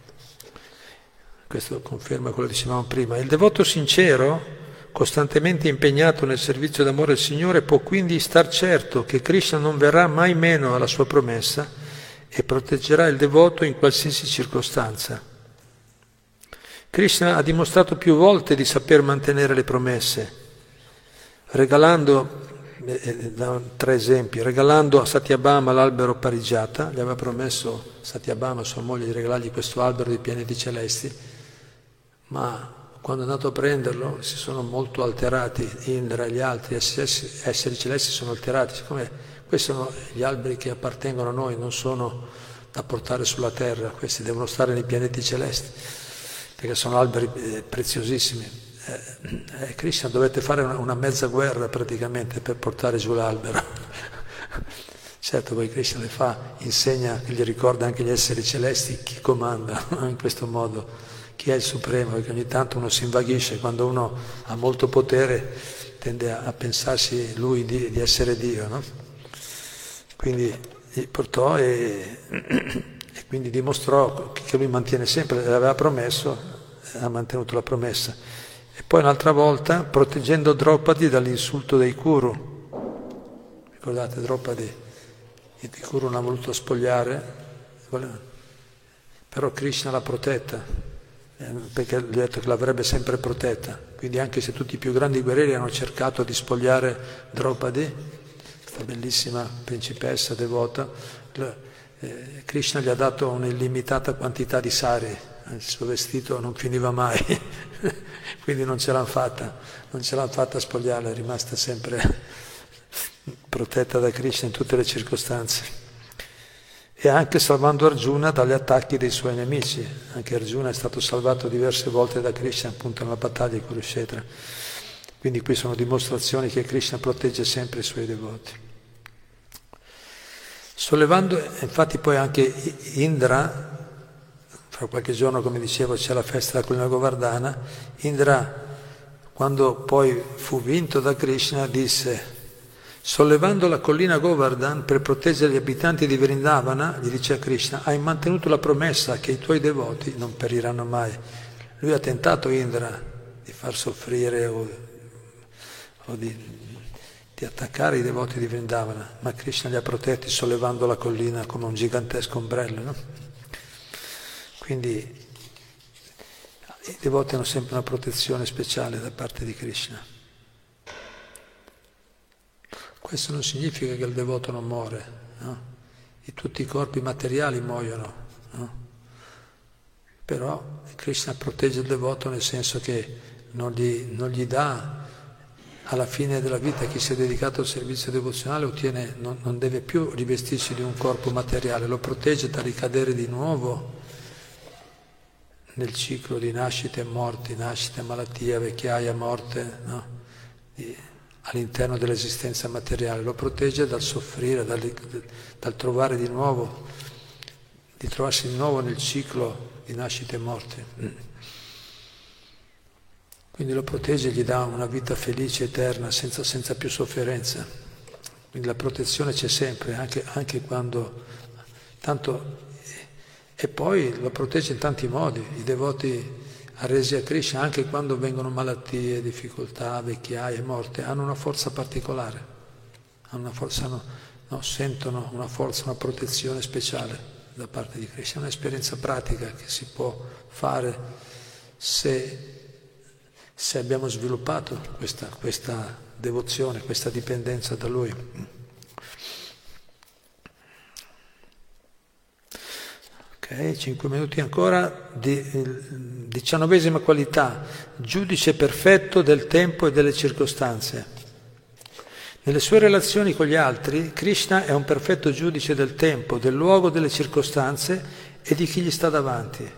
Questo conferma quello che dicevamo prima. Il devoto sincero, costantemente impegnato nel servizio d'amore al Signore, può quindi star certo che Krishna non verrà mai meno alla sua promessa e proteggerà il devoto in qualsiasi circostanza. Krishna ha dimostrato più volte di saper mantenere le promesse, regalando... tre esempi, regalando a Satyabhama l'albero Parijata, gli aveva promesso Satyabhama, sua moglie, di regalargli questo albero di pianeti celesti, ma quando è andato a prenderlo si sono molto alterati, Indra e gli altri esseri celesti sono alterati, siccome questi sono gli alberi che appartengono a noi, non sono da portare sulla terra, questi devono stare nei pianeti celesti, perché sono alberi preziosissimi. Krishna dovette fare una mezza guerra praticamente per portare giù l'albero. Certo, poi Krishna le fa, insegna, che gli ricorda anche gli esseri celesti chi comanda in questo modo, chi è il Supremo, perché ogni tanto uno si invaghisce, quando uno ha molto potere tende a pensarsi lui di essere Dio, no? Quindi portò e quindi dimostrò che lui mantiene sempre, l'aveva promesso, ha mantenuto la promessa. E poi un'altra volta proteggendo Draupadi dall'insulto dei Kuru. Ricordate Draupadi? I Kuru non ha voluto spogliare, però Krishna l'ha protetta, perché gli ha detto che l'avrebbe sempre protetta. Quindi anche se tutti i più grandi guerrieri hanno cercato di spogliare Draupadi, questa bellissima principessa devota, Krishna gli ha dato un'illimitata quantità di sari, il suo vestito non finiva mai, quindi non ce l'hanno fatta spogliarla, è rimasta sempre protetta da Krishna in tutte le circostanze. E anche salvando Arjuna dagli attacchi dei suoi nemici. Anche Arjuna è stato salvato diverse volte da Krishna appunto nella battaglia di Kurukshetra. Quindi qui sono dimostrazioni che Krishna protegge sempre i suoi devoti. Sollevando, infatti poi anche Indra, fra qualche giorno come dicevo c'è la festa della collina Govardhana, Indra quando poi fu vinto da Krishna disse: Sollevando la collina Govardhan per proteggere gli abitanti di Vrindavana, gli dice a Krishna, hai mantenuto la promessa che i tuoi devoti non periranno mai. Lui ha tentato Indra di far soffrire o di attaccare i devoti di Vrindavana, ma Krishna li ha protetti sollevando la collina come un gigantesco ombrello, no? Quindi i devoti hanno sempre una protezione speciale da parte di Krishna. Questo non significa che il devoto non muore, no? Tutti i corpi materiali muoiono, no? Però Krishna protegge il devoto nel senso che non gli dà alla fine della vita, chi si è dedicato al servizio devozionale non deve più rivestirsi di un corpo materiale, lo protegge da ricadere di nuovo nel ciclo di nascite e morti, nascita, malattia, vecchiaia, morte, no? All'interno dell'esistenza materiale, lo protegge dal soffrire, dal trovare di trovarsi di nuovo nel ciclo di nascite e morti. Quindi lo protegge e gli dà una vita felice, eterna, senza più sofferenza. Quindi la protezione c'è sempre, anche quando... E poi lo protegge in tanti modi. I devoti arresi a Krishna, anche quando vengono malattie, difficoltà, vecchiaie, morte, hanno una forza particolare, sentono una forza, una protezione speciale da parte di Krishna. È un'esperienza pratica che si può fare se abbiamo sviluppato questa devozione, questa dipendenza da Lui. Ok, 5 minuti ancora. 19ª qualità, giudice perfetto del tempo e delle circostanze. Nelle sue relazioni con gli altri, Krishna è un perfetto giudice del tempo, del luogo, delle circostanze e di chi gli sta davanti.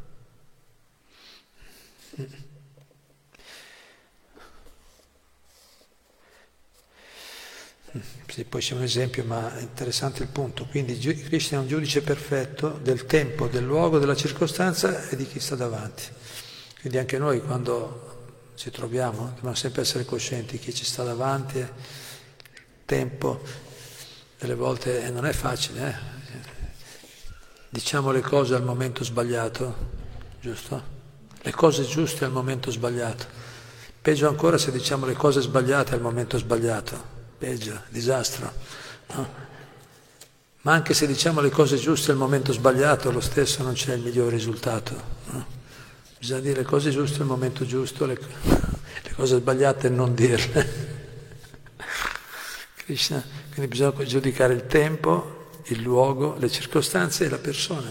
Sì, poi c'è un esempio, ma è interessante il punto. Quindi Krishna è un giudice perfetto del tempo, del luogo, della circostanza e di chi sta davanti. Quindi anche noi quando ci troviamo dobbiamo sempre essere coscienti chi ci sta davanti, il tempo, delle volte non è facile, Diciamo le cose al momento sbagliato, giusto? Le cose giuste al momento sbagliato. Peggio ancora se diciamo le cose sbagliate al momento sbagliato. Peggio, disastro, no? Ma anche se diciamo le cose giuste al momento sbagliato, lo stesso non c'è il miglior risultato, no? Bisogna dire le cose giuste al momento giusto, le cose sbagliate non dirle. Krishna, quindi bisogna giudicare il tempo, il luogo, le circostanze e la persona.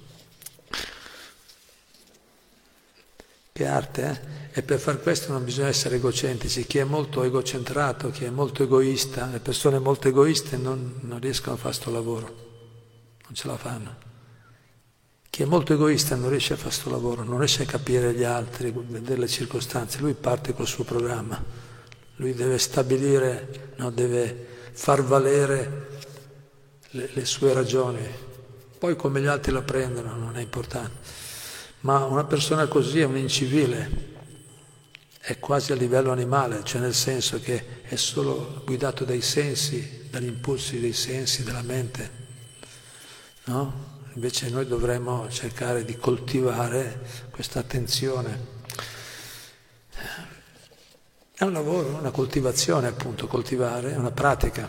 Che arte, eh? E per far questo non bisogna essere egocentrici. Chi è molto egocentrato, chi è molto egoista, le persone molto egoiste non riescono a fare sto lavoro, non ce la fanno. Chi è molto egoista non riesce a fare sto lavoro, non riesce a capire gli altri, vedere le circostanze. Lui parte col suo programma, lui deve stabilire, no, deve far valere le sue ragioni. Poi come gli altri la prendono non è importante. Ma una persona così è un incivile, è quasi a livello animale, cioè nel senso che è solo guidato dai sensi, dagli impulsi dei sensi, della mente, no? Invece noi dovremmo cercare di coltivare questa attenzione. È un lavoro, una coltivazione appunto, coltivare, è una pratica,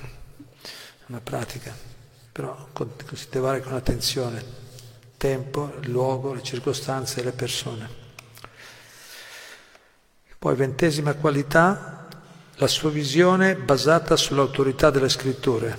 però coltivare con attenzione, tempo, il luogo, le circostanze e le persone. Poi 20ª qualità, la sua visione basata sull'autorità delle scritture.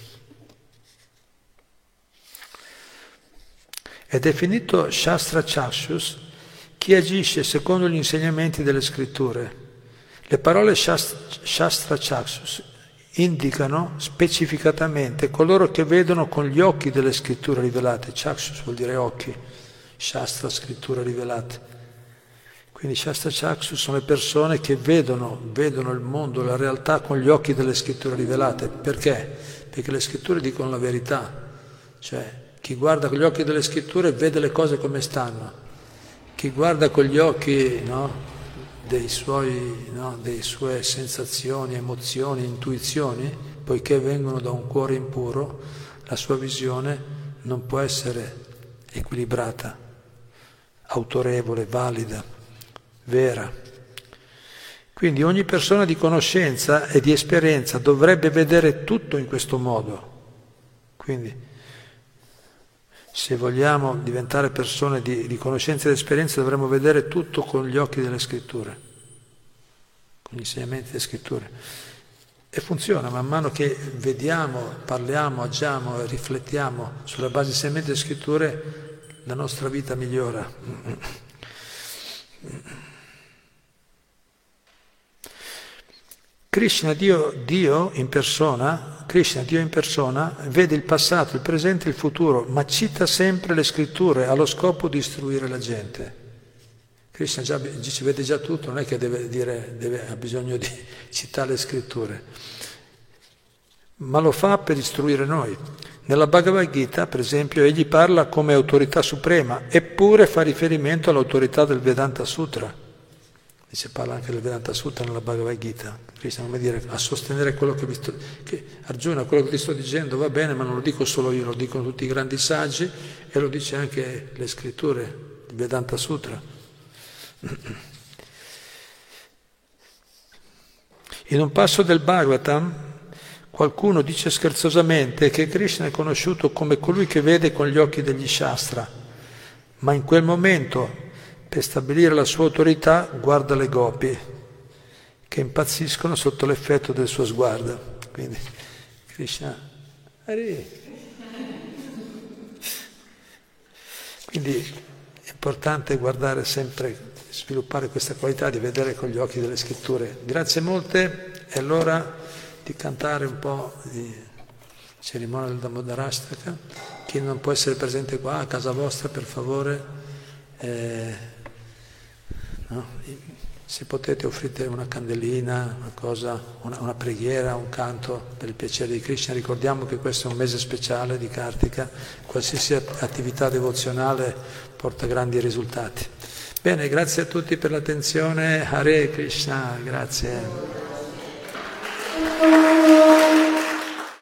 È definito Shastra Chakshus chi agisce secondo gli insegnamenti delle scritture. Le parole Shastra Chakshus indicano specificatamente coloro che vedono con gli occhi delle scritture rivelate. Chakshus vuol dire occhi, Shastra, scritture rivelate. Quindi Shastra Chakshus sono le persone che vedono il mondo, la realtà con gli occhi delle scritture rivelate. Perché? Perché le scritture dicono la verità. Cioè, chi guarda con gli occhi delle scritture vede le cose come stanno. Chi guarda con gli occhi, no, delle sue sensazioni, emozioni, intuizioni, poiché vengono da un cuore impuro, la sua visione non può essere equilibrata, autorevole, valida, vera. Quindi ogni persona di conoscenza e di esperienza dovrebbe vedere tutto in questo modo. Quindi se vogliamo diventare persone di conoscenza e di esperienza dovremmo vedere tutto con gli occhi delle scritture, con gli insegnamenti delle scritture. E funziona, man mano che vediamo, parliamo, agiamo e riflettiamo sulla base degli insegnamenti delle scritture, la nostra vita migliora. Krishna, Dio in persona, vede il passato, il presente e il futuro, ma cita sempre le scritture allo scopo di istruire la gente. Krishna ci vede già tutto, non è che ha bisogno di citare le scritture, ma lo fa per istruire noi. Nella Bhagavad Gita, per esempio, egli parla come autorità suprema, eppure fa riferimento all'autorità del Vedanta Sutra. Si parla anche del Vedanta Sutra nella Bhagavad Gita. Krishna, come dire, a sostenere quello che Arjuna, quello che ti sto dicendo va bene, ma non lo dico solo io, lo dicono tutti i grandi saggi e lo dice anche le scritture, il Vedanta Sutra. In un passo del Bhagavatam qualcuno dice scherzosamente che Krishna è conosciuto come colui che vede con gli occhi degli Shastra, ma in quel momento, per stabilire la sua autorità, guarda le gopi che impazziscono sotto l'effetto del suo sguardo. Quindi Krishna quindi è importante guardare sempre, sviluppare questa qualità di vedere con gli occhi delle scritture. Grazie molte, è l'ora di cantare un po' di cerimonia del Damodarashtaka. Chi non può essere presente qua, a casa vostra, per favore, se potete offrite una candelina, una preghiera, un canto per il piacere di Krishna. Ricordiamo che questo è un mese speciale di Kartika, qualsiasi attività devozionale porta grandi risultati. Bene, grazie a tutti per l'attenzione. Hare Krishna, grazie.